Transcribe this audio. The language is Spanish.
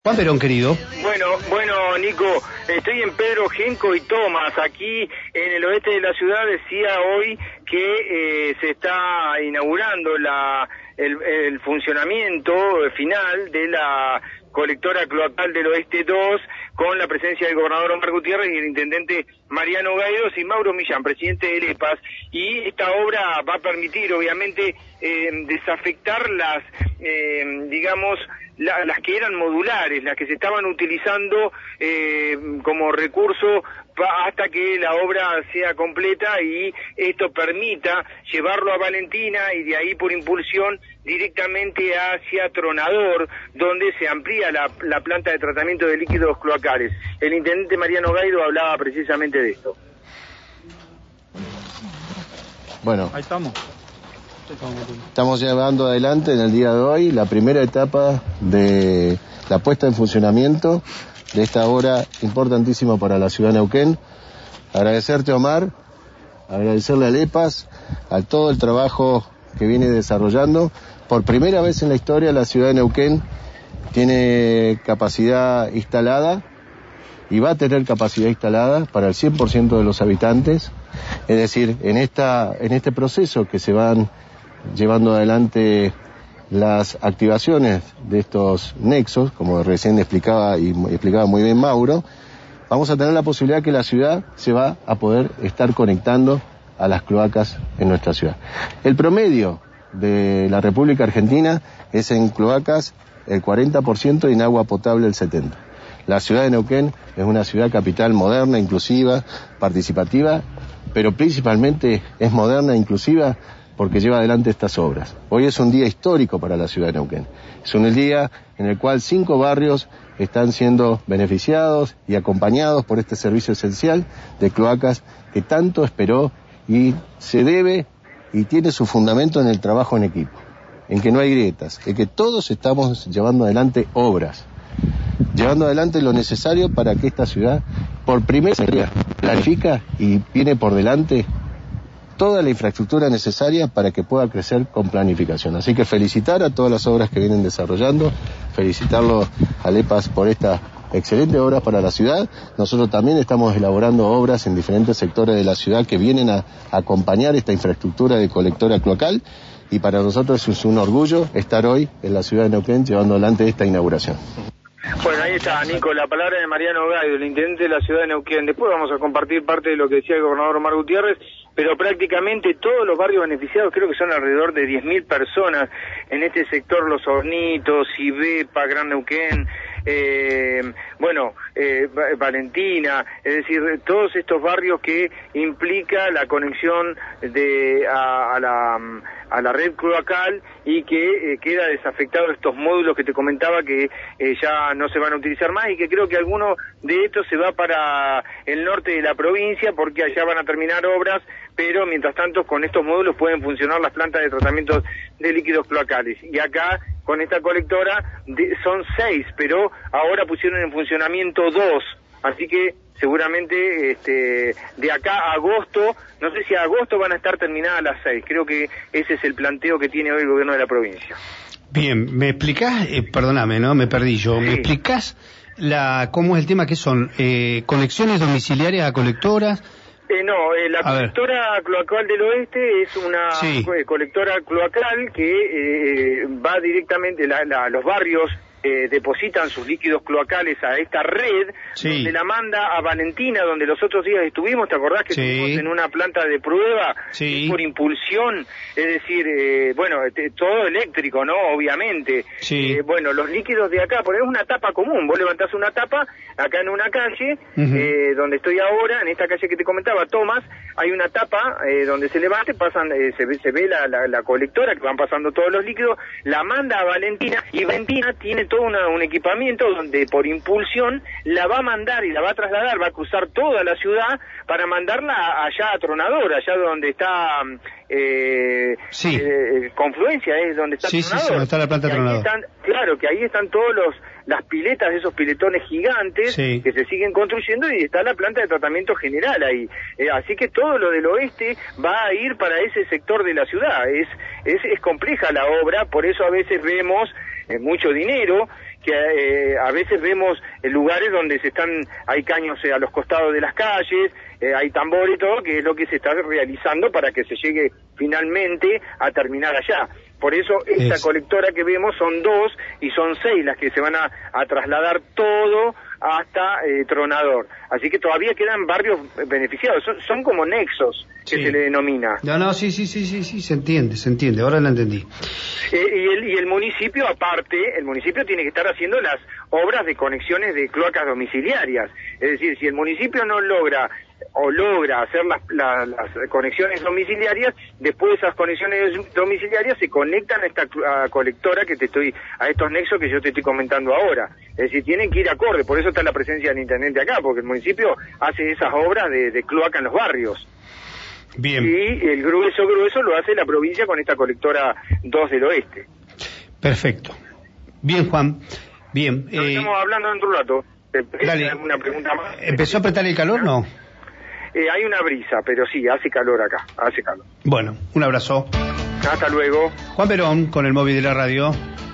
Juan Perón, querido. Bueno, Nico, estoy en Pedro Genco y Tomás, aquí en el oeste de la ciudad. Decía hoy que se está inaugurando el funcionamiento final de la colectora cloacal del Oeste 2, con la presencia del gobernador Omar Gutiérrez y el intendente Mariano Gaidos y Mauro Millán, presidente del EPAS. Y esta obra va a permitir, obviamente, desafectar las que eran modulares, las que se estaban utilizando como recurso hasta que la obra sea completa, y esto permita llevarlo a Valentina y de ahí por impulsión directamente hacia Tronador, donde se amplía la planta de tratamiento de líquidos cloacales. El intendente Mariano Gaido hablaba precisamente de esto. Bueno, Ahí estamos. Estamos llevando adelante en el día de hoy la primera etapa de la puesta en funcionamiento de esta obra importantísima para la ciudad de Neuquén. Agradecerte, Omar, agradecerle al EPAS, a todo el trabajo que viene desarrollando. Por primera vez en la historia la ciudad de Neuquén tiene capacidad instalada y va a tener capacidad instalada para el 100% de los habitantes. Es decir, en este proceso que se van llevando adelante las activaciones de estos nexos, como recién explicaba muy bien Mauro, vamos a tener la posibilidad que la ciudad se va a poder estar conectando a las cloacas en nuestra ciudad. El promedio de la República Argentina es en cloacas el 40% y en agua potable el 70%. La ciudad de Neuquén es una ciudad capital moderna, inclusiva, participativa, pero principalmente es moderna e inclusiva porque lleva adelante estas obras. Hoy es un día histórico para la ciudad de Neuquén. Es un día en el cual 5 barrios están siendo beneficiados y acompañados por este servicio esencial de cloacas que tanto esperó, y se debe y tiene su fundamento en el trabajo en equipo, en que no hay grietas, en que todos estamos llevando adelante obras, llevando adelante lo necesario para que esta ciudad por primera vez planifica y viene por delante toda la infraestructura necesaria para que pueda crecer con planificación. Así que felicitar a todas las obras que vienen desarrollando, felicitarlo al EPAS por esta excelente obra para la ciudad. Nosotros también estamos elaborando obras en diferentes sectores de la ciudad que vienen a acompañar esta infraestructura de colectora cloacal, y para nosotros es un orgullo estar hoy en la ciudad de Neuquén llevando adelante esta inauguración. Bueno, ahí está, Nico, la palabra de Mariano Gaido, el intendente de la ciudad de Neuquén. Después vamos a compartir parte de lo que decía el gobernador Omar Gutiérrez, pero prácticamente todos los barrios beneficiados, creo que son alrededor de 10.000 personas en este sector, Los Hornitos, Ibepa, Gran Neuquén, Valentina, es decir, todos estos barrios que implica la conexión a la red cloacal, y que queda desafectado estos módulos que te comentaba que ya no se van a utilizar más, y que creo que alguno de estos se va para el norte de la provincia porque allá van a terminar obras, pero mientras tanto con estos módulos pueden funcionar las plantas de tratamiento de líquidos cloacales. Y acá con esta colectora son 6, pero ahora pusieron en funcionamiento 2, así que seguramente de acá a agosto, no sé si a agosto van a estar terminadas las 6, creo que ese es el planteo que tiene hoy el gobierno de la provincia. Bien, ¿me explicás? Perdóname, ¿no? Me perdí yo. Sí. ¿Me explicás cómo es el tema? ¿Qué son? ¿Conexiones domiciliarias a colectoras? La colectora cloacal del oeste es una colectora cloacal que va directamente, los barrios depositan sus líquidos cloacales a esta red, donde la manda a Valentina, donde los otros días estuvimos, ¿te acordás que estuvimos en una planta de prueba por impulsión? Es decir, todo eléctrico, ¿no? Obviamente. Los líquidos de acá, ponemos una tapa común, vos levantás una tapa, acá en una calle, donde estoy ahora, en esta calle que te comentaba, Tomás, hay una tapa donde se levante, se ve la colectora, que van pasando todos los líquidos, la manda a Valentina, y Valentina tiene todo un equipamiento donde por impulsión la va a mandar y la va a trasladar, va a cruzar toda la ciudad para mandarla allá a Tronador, allá donde está Confluencia, es donde está Tronador. Donde está la planta de Tronador. Claro, que ahí están todos las piletas de esos piletones gigantes que se siguen construyendo, y está la planta de tratamiento general ahí. Así que todo lo del oeste va a ir para ese sector de la ciudad. Es compleja la obra, por eso a veces vemos mucho dinero que a veces vemos lugares donde hay caños a los costados de las calles, hay tambor y todo, que es lo que se está realizando para que se llegue finalmente a terminar allá. Por eso esta colectora que vemos son 2 y son 6 las que se van a trasladar todo hasta Tronador. Así que todavía quedan barrios beneficiados, son como nexos que se le denomina. No, sí, se entiende, ahora lo entendí. Y el municipio, aparte, el municipio tiene que estar haciendo las obras de conexiones de cloacas domiciliarias. Es decir, si el municipio no logra hacer las conexiones domiciliarias, después esas conexiones domiciliarias se conectan a esta colectora a estos nexos que yo te estoy comentando ahora. Es decir, tienen que ir acorde, por eso está la presencia del intendente acá, porque el municipio hace esas obras de cloaca en los barrios. Bien. Y el grueso lo hace la provincia con esta colectora 2 del oeste. Perfecto. Bien, Juan. Bien. Estamos hablando dentro de un rato. Dale. ¿Una pregunta más? ¿Empezó a apretar el calor, no? Hay una brisa, pero sí, hace calor acá, hace calor. Bueno, un abrazo. Hasta luego. Juan Perón, con el móvil de la radio.